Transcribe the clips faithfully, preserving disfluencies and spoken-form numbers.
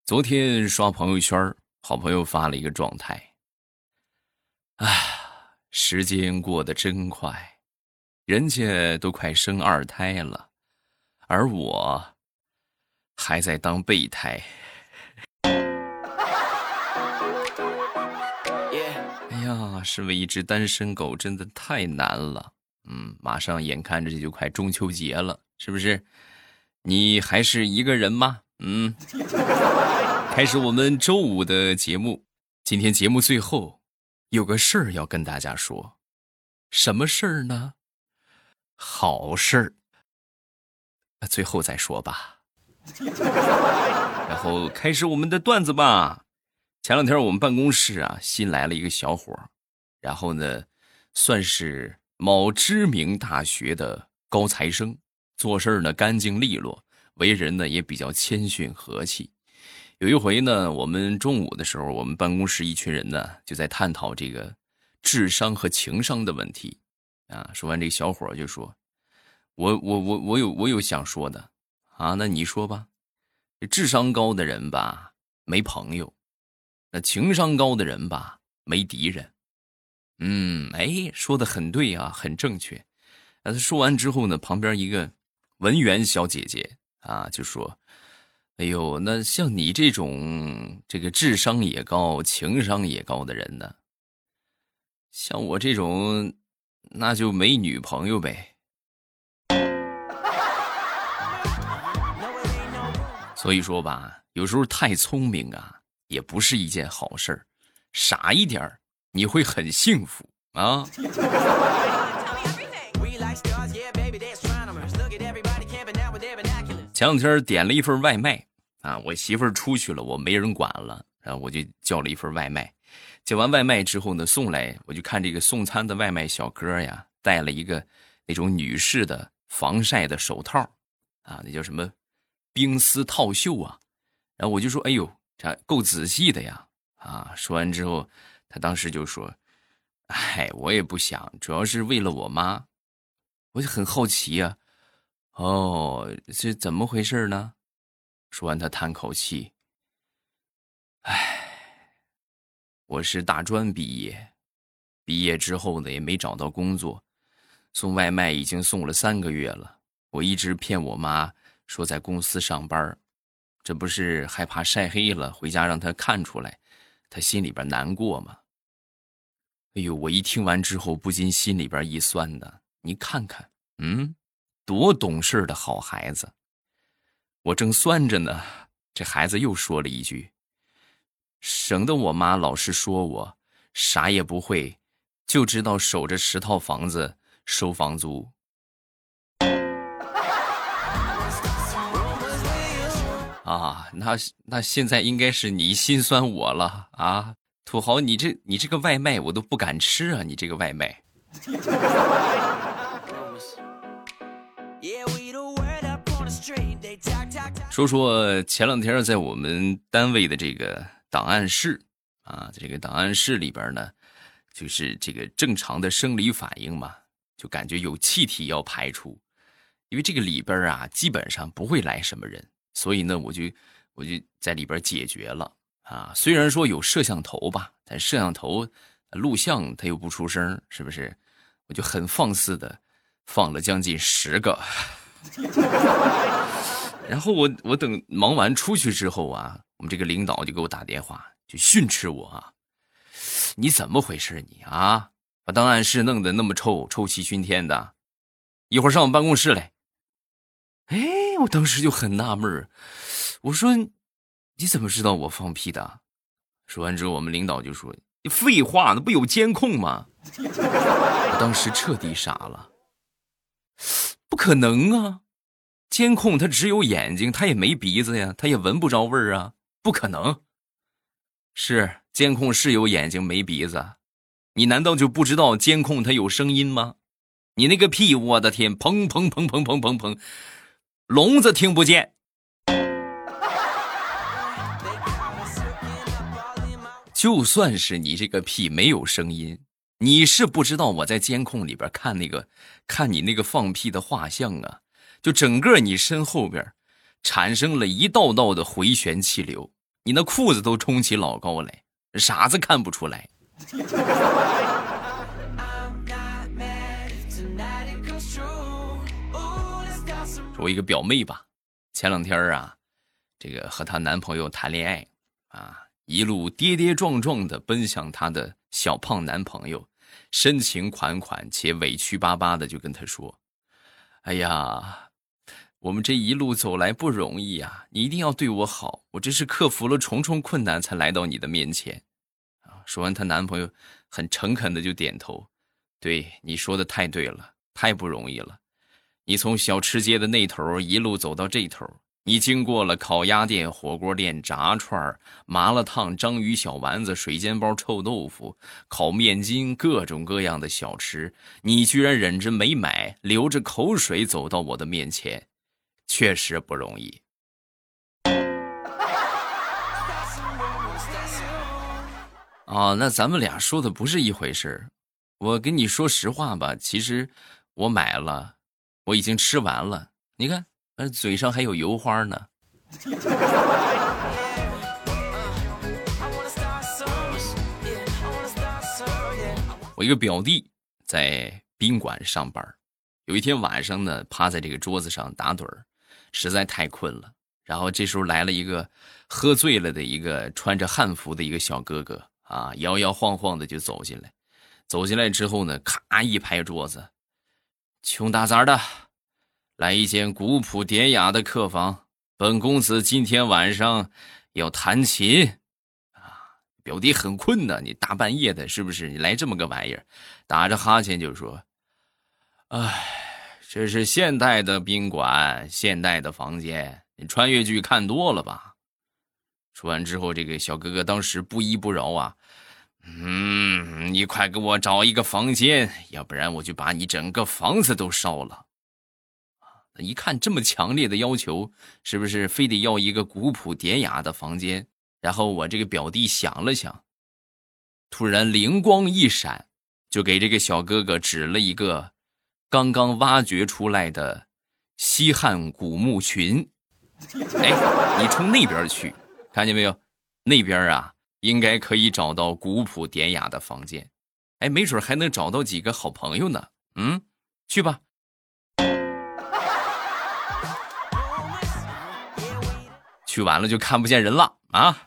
昨天刷朋友圈，好朋友发了一个状态。唉，时间过得真快，人家都快生二胎了，而我还在当备胎。哎呀，身为一只单身狗真的太难了。嗯，马上眼看着这就快中秋节了，是不是？你还是一个人吗？嗯。开始我们周五的节目，今天节目最后有个事儿要跟大家说。什么事儿呢？好事儿，最后再说吧。然后开始我们的段子吧。前两天我们办公室啊新来了一个小伙，然后呢算是某知名大学的高材生，做事呢干净利落，为人呢也比较谦逊和气。有一回呢，我们中午的时候，我们办公室一群人呢就在探讨这个智商和情商的问题啊。说完这个小伙就说：“我我我我有我有想说的啊，那你说吧。智商高的人吧没朋友，那情商高的人吧没敌人。”嗯，哎，说的很对啊，很正确。那他说完之后呢，旁边一个文员小姐姐啊就说：“哎呦，那像你这种这个智商也高情商也高的人呢，像我这种那就没女朋友呗。”所以说吧，有时候太聪明啊也不是一件好事儿，傻一点你会很幸福啊。前两天点了一份外卖啊，我媳妇儿出去了，我没人管了，然后我就叫了一份外卖。叫完外卖之后呢，送来我就看这个送餐的外卖小哥呀，戴了一个那种女士的防晒的手套啊，那叫什么冰丝套袖啊。然后我就说：“哎呦，这够仔细的呀！”啊，说完之后，他当时就说：“哎，我也不想，主要是为了我妈。”我就很好奇呀、啊，哦，是怎么回事呢？说完，他叹口气：“唉，我是大专毕业，毕业之后呢也没找到工作，送外卖已经送了三个月了。我一直骗我妈说在公司上班，这不是害怕晒黑了回家让她看出来，她心里边难过吗？”哎呦，我一听完之后不禁心里边一酸的，你看看，嗯，多懂事的好孩子。我正酸着呢，这孩子又说了一句：“省得我妈老是说我啥也不会，就知道守着十套房子收房租。”啊，那那现在应该是你心酸我了啊，土豪，你这你这个外卖我都不敢吃啊，你这个外卖。说说前两天在我们单位的这个档案室啊，在这个档案室里边呢，就是这个正常的生理反应嘛，就感觉有气体要排出，因为这个里边啊基本上不会来什么人，所以呢我就我就在里边解决了啊。虽然说有摄像头吧，但摄像头录像它又不出声，是不是？我就很放肆的放了将近十个。然后我我等忙完出去之后啊，我们这个领导就给我打电话，就训斥我啊：“你怎么回事你啊？把档案室弄得那么臭，臭气熏天的，一会儿上我们办公室来。”哎，我当时就很纳闷，我说：“你怎么知道我放屁的？”说完之后，我们领导就说：“废话，那不有监控吗？”我当时彻底傻了，不可能啊！监控它只有眼睛，它也没鼻子呀，它也闻不着味儿啊，不可能。是监控是有眼睛没鼻子，你难道就不知道监控它有声音吗？你那个屁，我的天，砰砰砰砰砰砰砰，聋子听不见。就算是你这个屁没有声音，你是不知道我在监控里边看那个看你那个放屁的画像啊，就整个你身后边产生了一道道的回旋气流， 你那裤子都冲起老高来，傻子看不出来。我一个表妹吧，前两天啊，这个和她男朋友谈恋爱啊，一路跌跌撞撞的奔向她的小胖男朋友，深情款款且委屈巴巴的就跟他说：哎呀，我们这一路走来不容易啊，你一定要对我好，我这是克服了重重困难才来到你的面前。说完，她男朋友很诚恳的就点头：对，你说的太对了，太不容易了。你从小吃街的那头一路走到这头，你经过了烤鸭店、火锅店、炸串、麻辣烫、章鱼小丸子、水煎包、臭豆腐、烤面筋，各种各样的小吃，你居然忍着没买，流着口水走到我的面前，确实不容易。啊，那咱们俩说的不是一回事。我跟你说实话吧，其实我买了，我已经吃完了。你看，嘴上还有油花呢。我一个表弟在宾馆上班，有一天晚上呢，趴在这个桌子上打盹儿，实在太困了。然后这时候来了一个喝醉了的一个穿着汉服的一个小哥哥啊，摇摇晃晃的就走进来。走进来之后呢，咔一拍桌子：穷大崽的，来一间古朴典雅的客房，本公子今天晚上要弹琴啊！表弟很困呢，你大半夜的，是不是？你来这么个玩意儿，打着哈欠就说：哎，这是现代的宾馆，现代的房间，你穿越剧看多了吧？说完之后，这个小哥哥当时不依不饶啊，嗯，你快给我找一个房间，要不然我就把你整个房子都烧了。一看这么强烈的要求，是不是非得要一个古朴典雅的房间？然后我这个表弟想了想，突然灵光一闪，就给这个小哥哥指了一个刚刚挖掘出来的西汉古墓群。哎，你冲那边去，看见没有？那边啊，应该可以找到古朴典雅的房间。哎，没准还能找到几个好朋友呢。嗯，去吧。去完了就看不见人了啊！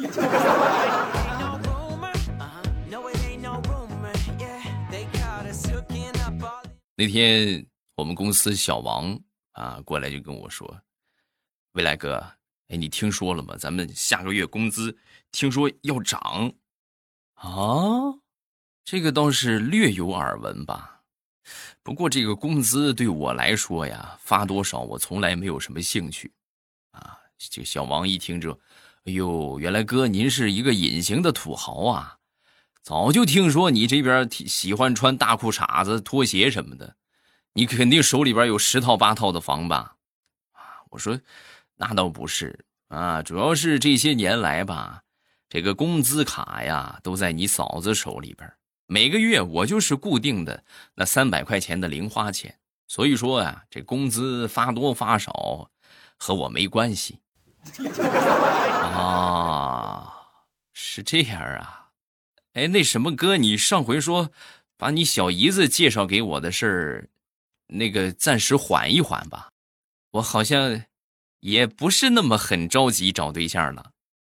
那天我们公司小王啊过来就跟我说：未来哥，哎，你听说了吗？咱们下个月工资听说要涨啊！这个倒是略有耳闻吧。不过这个工资对我来说呀，发多少我从来没有什么兴趣啊。这个小王一听这，哎呦，原来哥您是一个隐形的土豪啊！早就听说你这边喜欢穿大裤衩子、拖鞋什么的，你肯定手里边有十套八套的房吧？啊，我说那倒不是啊，主要是这些年来吧，这个工资卡呀都在你嫂子手里边，每个月我就是固定的那三百块钱的零花钱，所以说呀，这工资发多发少和我没关系。啊，是这样啊。哎，那什么哥，你上回说把你小姨子介绍给我的事儿，那个暂时缓一缓吧，我好像也不是那么很着急找对象了。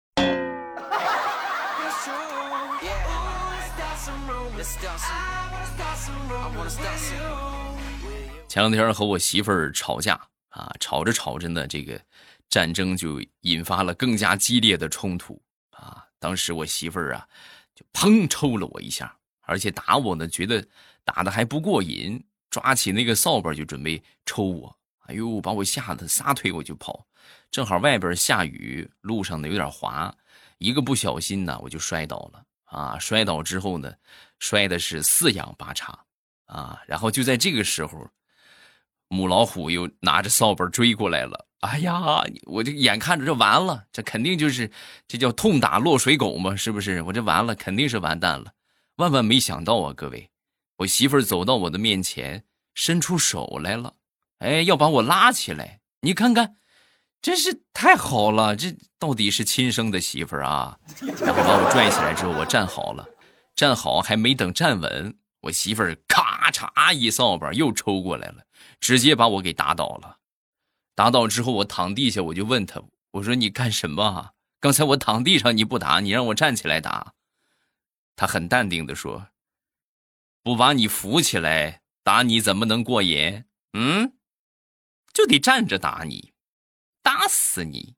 前两天和我媳妇儿吵架啊，吵着吵着呢，这个战争就引发了更加激烈的冲突啊！当时我媳妇儿啊，就砰抽了我一下，而且打我呢，觉得打得还不过瘾，抓起那个扫把就准备抽我。哎呦，把我吓得撒腿我就跑，正好外边下雨，路上呢有点滑，一个不小心呢，我就摔倒了啊！摔倒之后呢，摔的是四仰八叉啊！然后就在这个时候，母老虎又拿着扫把追过来了。哎呀，我这眼看着这完了，这肯定就是这叫痛打落水狗嘛，是不是？我这完了，肯定是完蛋了。万万没想到啊，各位，我媳妇儿走到我的面前，伸出手来了，哎，要把我拉起来。你看看， 真是太好了，这到底是亲生的媳妇儿啊！然后把我拽起来之后，我站好了，站好还没等站稳，我媳妇儿咔嚓一扫把又抽过来了，直接把我给打倒了。打倒之后，我躺地下，我就问他，我说你干什么啊？刚才我躺地上你不打，你让我站起来打。他很淡定地说，不把你扶起来打你怎么能过瘾？嗯，就得站着打你，打死你。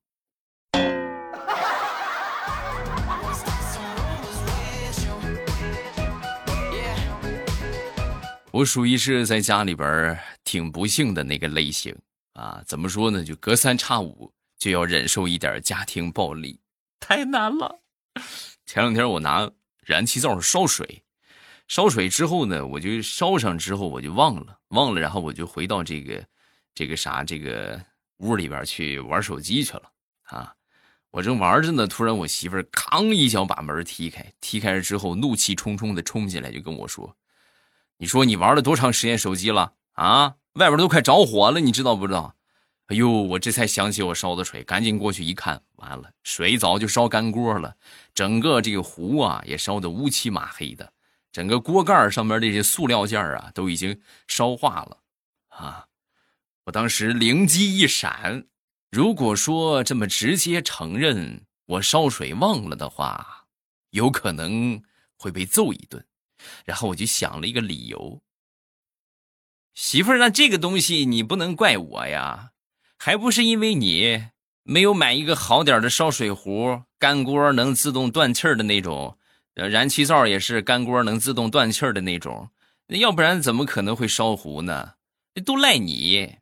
我属于是在家里边挺不幸的那个类型啊，怎么说呢，就隔三差五就要忍受一点家庭暴力，太难了。前两天我拿燃气灶烧水，烧水之后呢，我就烧上之后我就忘了忘了，然后我就回到这个这个啥这个屋里边去玩手机去了啊。我正玩着呢，突然我媳妇儿吭一脚把门踢开，踢开了之后怒气冲冲的冲进来就跟我说，你说你玩了多长时间手机了啊？外边都快着火了，你知道不知道？哎呦，我这才想起我烧的水，赶紧过去一看，完了，水早就烧干锅了，整个这个壶啊也烧得乌漆麻黑的，整个锅盖上面这些塑料件啊都已经烧化了啊！我当时灵机一闪，如果说这么直接承认我烧水忘了的话，有可能会被揍一顿。然后我就想了一个理由，媳妇儿，那这个东西你不能怪我呀，还不是因为你没有买一个好点的烧水壶，干锅能自动断气儿的那种，燃气灶也是干锅能自动断气儿的那种，要不然怎么可能会烧糊呢？都赖你。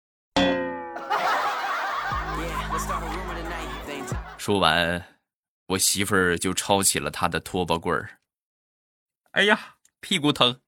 说完，我媳妇儿就抄起了她的拖把棍儿。哎呀，屁股疼。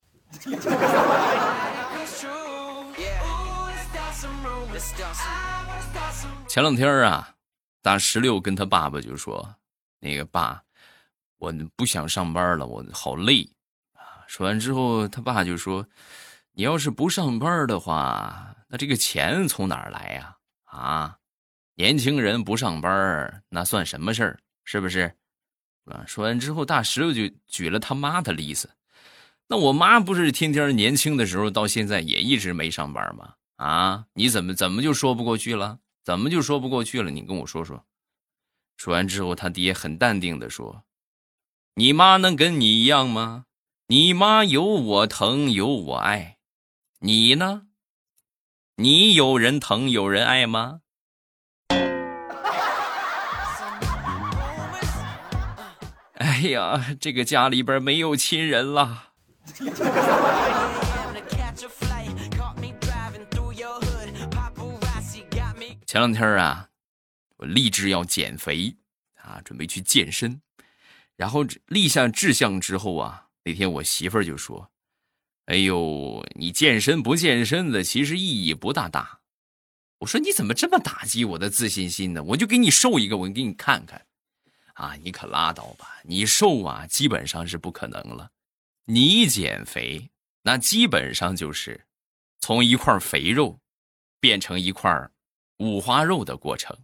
前两天啊，大石榴跟他爸爸就说，那个爸，我不想上班了，我好累啊。说完之后他爸就说，你要是不上班的话，那这个钱从哪儿来呀？啊，年轻人不上班那算什么事儿，是不是？说完之后大石榴就举了他妈的例子，那我妈不是天天年轻的时候到现在也一直没上班吗？啊，你怎么怎么就说不过去了？怎么就说不过去了？你跟我说说。说完之后他爹很淡定的说，你妈能跟你一样吗？你妈有我疼有我爱，你呢？你有人疼有人爱吗？哎呀，这个家里边没有亲人了。前两天啊，我立志要减肥啊，准备去健身。然后立下志向之后啊，那天我媳妇儿就说，哎呦，你健身不健身的其实意义不大大。我说你怎么这么打击我的自信心呢？我就给你瘦一个，我给你看看。啊，你可拉倒吧，你瘦啊基本上是不可能了，你减肥那基本上就是从一块肥肉变成一块五花肉的过程。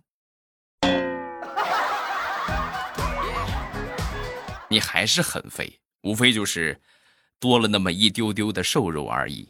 你还是很肥，无非就是多了那么一丢丢的瘦肉而已。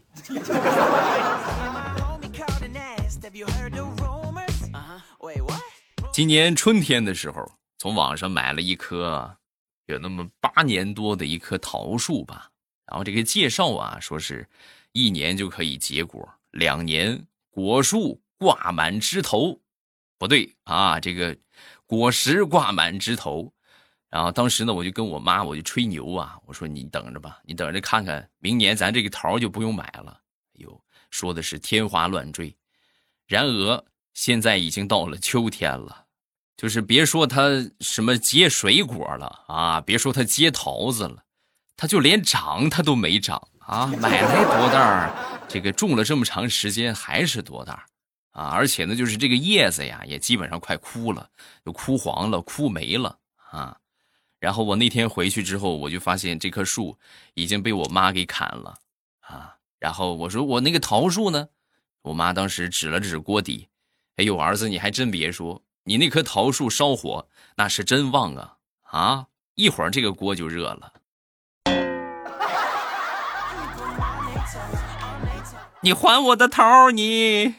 今年春天的时候，从网上买了一棵有那么八年多的一棵桃树吧，然后这个介绍啊，说是一年就可以结果，两年果树挂满枝头。不对啊，这个果实挂满枝头。然后当时呢，我就跟我妈我就吹牛啊，我说你等着吧，你等着看看，明年咱这个桃就不用买了。哎呦，说的是天花乱坠。然而现在已经到了秋天了，就是别说它什么结水果了啊，别说它结桃子了，它就连长它都没长啊！买来多大，这个种了这么长时间还是多大啊！而且呢，就是这个叶子呀，也基本上快枯了，就枯黄了，枯没了啊！然后我那天回去之后，我就发现这棵树已经被我妈给砍了啊！然后我说我那个桃树呢？我妈当时指了指锅底， 哎呦，儿子，你还真别说，你那棵桃树烧火那是真旺啊啊！一会儿这个锅就热了。你还我的桃你！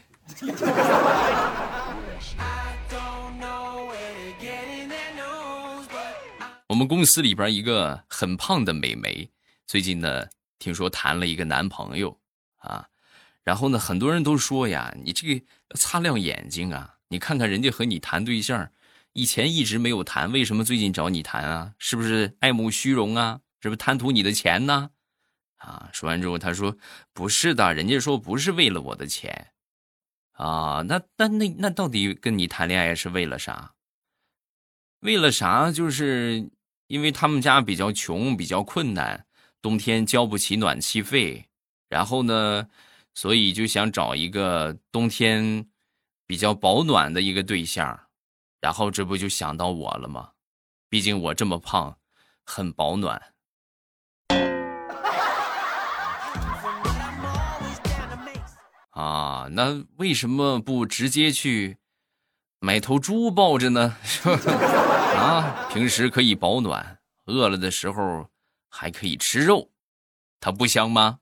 我们公司里边一个很胖的美眉，最近呢听说谈了一个男朋友啊，然后呢很多人都说呀，你这个擦亮眼睛啊，你看看人家和你谈对象，以前一直没有谈，为什么最近找你谈啊？是不是爱慕虚荣啊？是不是贪图你的钱呢？啊，说完之后他说不是的，人家说不是为了我的钱啊，那那那那到底跟你谈恋爱是为了啥？为了啥？就是因为他们家比较穷，比较困难，冬天交不起暖气费，然后呢，所以就想找一个冬天比较保暖的一个对象，然后这不就想到我了吗？毕竟我这么胖，很保暖。啊，那为什么不直接去买头猪抱着呢？啊，平时可以保暖，饿了的时候还可以吃肉，它不香吗？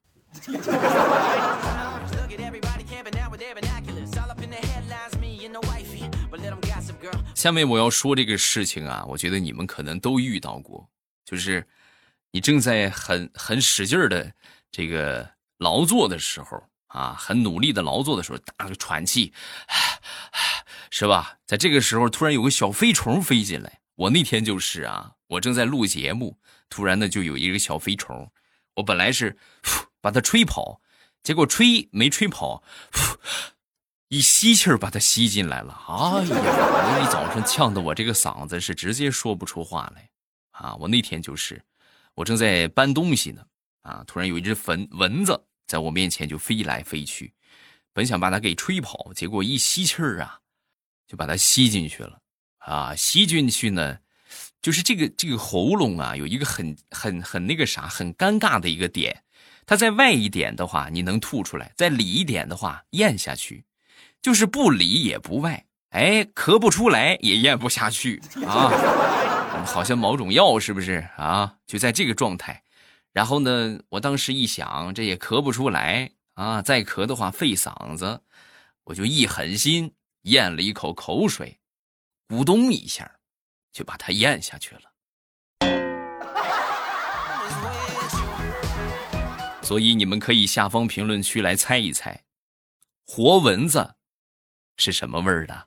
下面我要说这个事情啊，我觉得你们可能都遇到过，就是你正在很很使劲的这个劳作的时候啊，很努力的劳作的时候，大个喘气，是吧？在这个时候突然有个小飞虫飞进来，我那天就是啊，我正在录节目，突然呢就有一个小飞虫，我本来是把它吹跑，结果吹没吹跑，一吸气儿把它吸进来了。哎呀，我一早上呛得我这个嗓子是直接说不出话来啊！我那天就是我正在搬东西呢啊，突然有一只蚊蚊子在我面前就飞来飞去，本想把它给吹跑，结果一吸气儿啊就把它吸进去了啊！吸进去呢，就是这个这个喉咙啊有一个很很很那个啥很尴尬的一个点，它再外一点的话你能吐出来，再里一点的话咽下去，就是不里也不外，哎，咳不出来也咽不下去啊，好像某种药是不是啊？就在这个状态。然后呢，我当时一想，这也咳不出来啊，再咳的话费嗓子，我就一狠心咽了一口口水，咕咚一下就把它咽下去了。所以你们可以下方评论区来猜一猜，活蚊子是什么味儿的？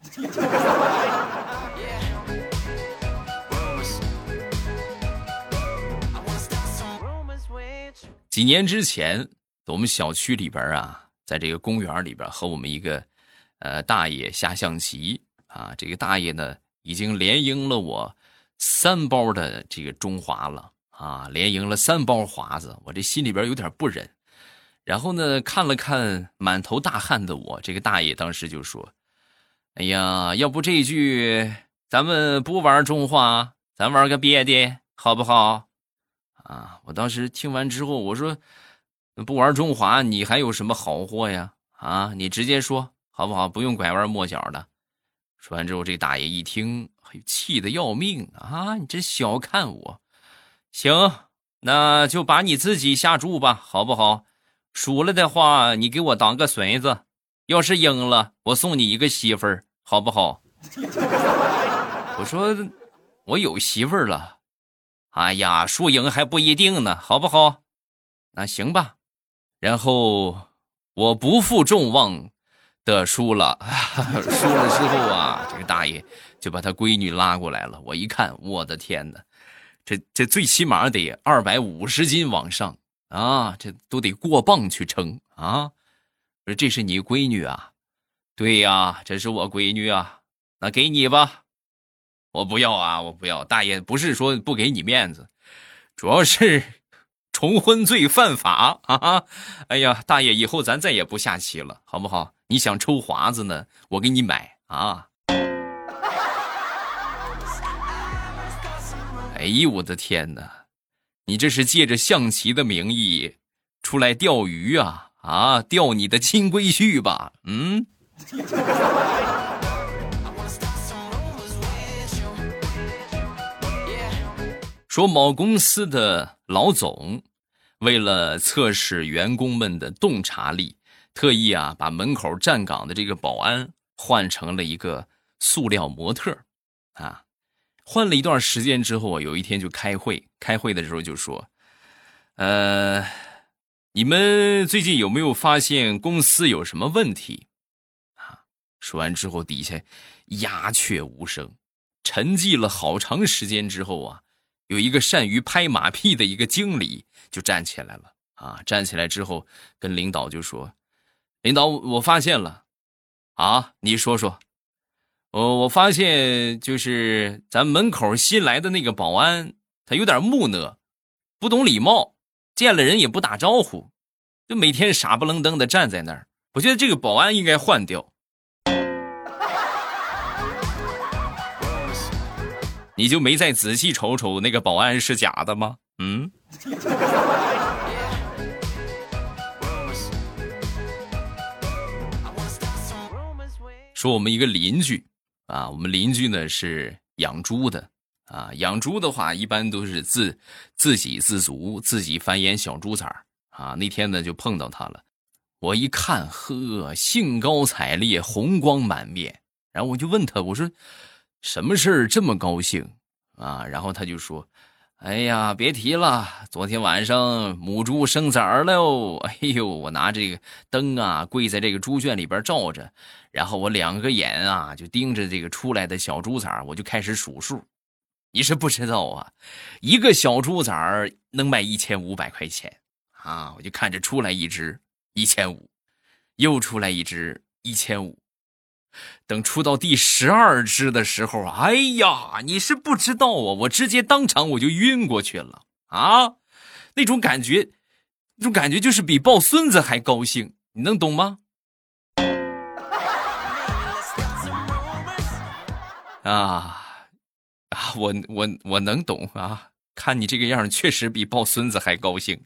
几年之前，我们小区里边啊，在这个公园里边和我们一个呃大爷下象棋啊，这个大爷呢已经连赢了我三包的这个中华了啊，连赢了三包华子，我这心里边有点不忍。然后呢，看了看满头大汗的我，这个大爷当时就说：“哎呀，要不这一局咱们不玩中华，咱玩个别的，好不好？”啊，我当时听完之后，我说：“不玩中华，你还有什么好货呀？啊，你直接说好不好？不用拐弯抹角的。”说完之后，这大爷一听，气得要命啊！你真小看我。行，那就把你自己下注吧，好不好？输了的话，你给我当个孙子；要是赢了，我送你一个媳妇儿，好不好？我说我有媳妇儿了。哎呀，输赢还不一定呢，好不好？那行吧。然后我不负众望的输了，输了之后啊，这个大爷就把他闺女拉过来了。我一看，我的天哪，这这最起码得二百五十斤往上啊，这都得过磅去称啊。我说这是你闺女啊？对呀，这是我闺女啊。那给你吧。我不要啊，我不要。大爷不是说不给你面子，主要是重婚罪犯法啊！哎呀，大爷以后咱再也不下棋了，好不好？你想抽华子呢，我给你买啊！哎呦我的天哪，你这是借着象棋的名义出来钓鱼啊？啊，钓你的金龟婿吧？嗯。 说某公司的老总为了测试员工们的洞察力，特意啊把门口站岗的这个保安换成了一个塑料模特啊。换了一段时间之后，有一天就开会，开会的时候就说，呃，你们最近有没有发现公司有什么问题啊？说完之后，底下鸦雀无声，沉寂了好长时间之后啊，有一个善于拍马屁的一个经理就站起来了啊，站起来之后跟领导就说，领导，我发现了啊，你说说。我我发现就是咱门口新来的那个保安，他有点木讷，不懂礼貌，见了人也不打招呼，就每天傻不愣登的站在那儿。我觉得这个保安应该换掉。你就没再仔细瞅瞅那个保安是假的吗？嗯。说我们一个邻居啊，我们邻居呢是养猪的啊，养猪的话一般都是自自给自足，自己繁衍小猪崽儿啊。那天呢就碰到他了，我一看，呵，兴高采烈，红光满面。然后我就问他，我说什么事儿这么高兴啊？然后他就说，哎呀，别提了，昨天晚上母猪生崽儿了。哎呦，我拿这个灯啊跪在这个猪圈里边照着，然后我两个眼啊就盯着这个出来的小猪崽儿，我就开始数数。你是不知道啊，一个小猪崽儿能卖一千五百块钱啊！我就看着出来一只一千五，又出来一只一千五。等出到第十二只的时候，哎呀，你是不知道啊，我直接当场我就晕过去了啊！那种感觉，那种感觉就是比抱孙子还高兴，你能懂吗？啊啊，我我我能懂啊！看你这个样，确实比抱孙子还高兴。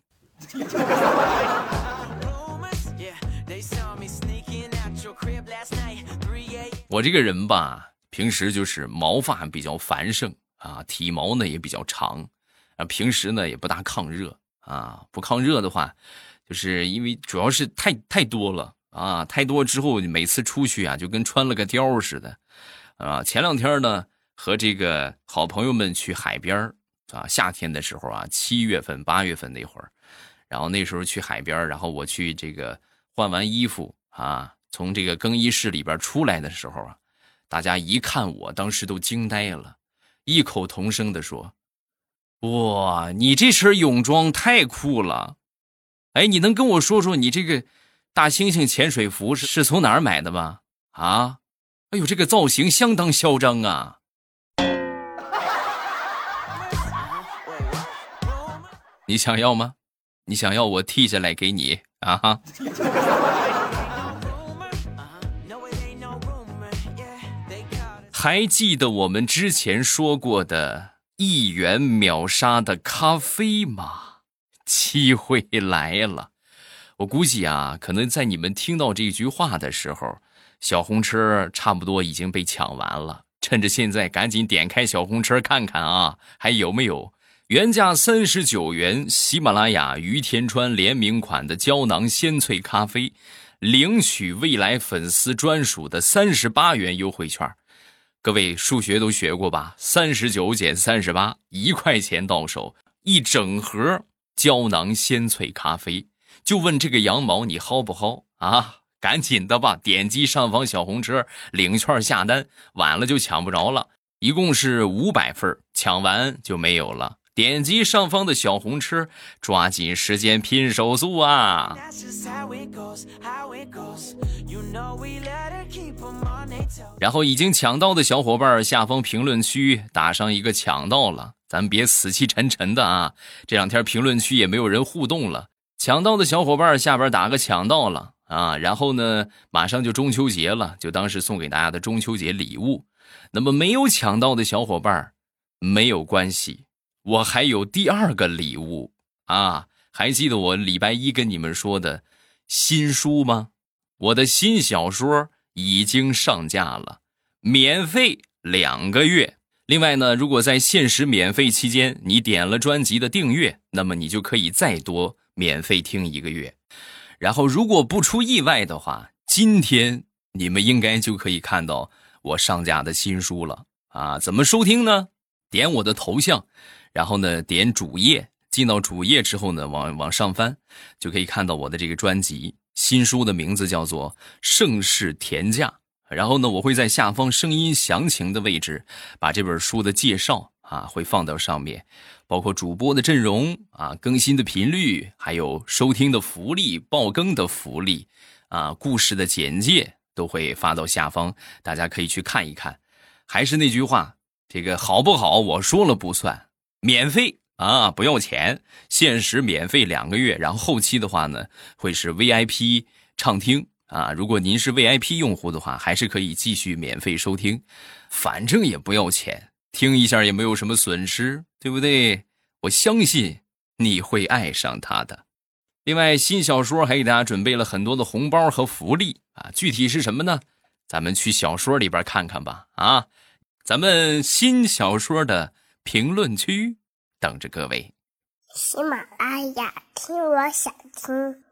我这个人吧，平时就是毛发比较繁盛啊，体毛呢也比较长啊，平时呢也不大抗热啊，不抗热的话，就是因为主要是太太多了啊，太多之后每次出去啊就跟穿了个貂似的啊。前两天呢和这个好朋友们去海边啊，夏天的时候啊，七月份八月份那会儿，然后那时候去海边，然后我去这个换完衣服啊，从这个更衣室里边出来的时候啊，大家一看我，当时都惊呆了，异口同声地说，哇，你这身泳装太酷了。哎，你能跟我说说你这个大猩猩潜水服是是从哪儿买的吗？啊，哎呦，这个造型相当嚣张啊。你想要吗？你想要我剃下来给你啊哈？还记得我们之前说过的一元秒杀的咖啡吗？机会来了。我估计啊，可能在你们听到这句话的时候，小红车差不多已经被抢完了。趁着现在赶紧点开小红车看看啊，还有没有原价三十九元喜马拉雅于田川联名款的胶囊鲜萃咖啡，领取未来粉丝专属的三十八元优惠券。各位数学都学过吧？三十九减三十八，一块钱到手，一整盒胶囊鲜萃咖啡。就问这个羊毛你薅不薅啊？赶紧的吧，点击上方小红车领券下单，晚了就抢不着了。一共是五百份，抢完就没有了。点击上方的小红车，抓紧时间拼手速啊！然后已经抢到的小伙伴下方评论区打上一个抢到了，咱别死气沉沉的啊！这两天评论区也没有人互动了，抢到的小伙伴下边打个抢到了啊！然后呢，马上就中秋节了，就当是送给大家的中秋节礼物。那么没有抢到的小伙伴没有关系，我还有第二个礼物啊！还记得我礼拜一跟你们说的新书吗？我的新小说已经上架了，免费两个月。另外呢，如果在限时免费期间你点了专辑的订阅，那么你就可以再多免费听一个月。然后如果不出意外的话，今天你们应该就可以看到我上架的新书了啊！怎么收听呢？点我的头像，然后呢点主页，进到主页之后呢往往上翻，就可以看到我的这个专辑。新书的名字叫做《盛世田价》，然后呢我会在下方声音详情的位置把这本书的介绍啊会放到上面，包括主播的阵容啊、更新的频率，还有收听的福利、爆更的福利啊、故事的简介都会发到下方，大家可以去看一看。还是那句话，这个好不好我说了不算，免费啊，不要钱，限时免费两个月，然后后期的话呢会是 V I P 畅听啊，如果您是 V I P 用户的话，还是可以继续免费收听，反正也不要钱，听一下也没有什么损失，对不对？我相信你会爱上它的。另外，新小说还给大家准备了很多的红包和福利啊，具体是什么呢？咱们去小说里边看看吧啊！咱们新小说的评论区等着各位。 喜马拉雅，听我想听。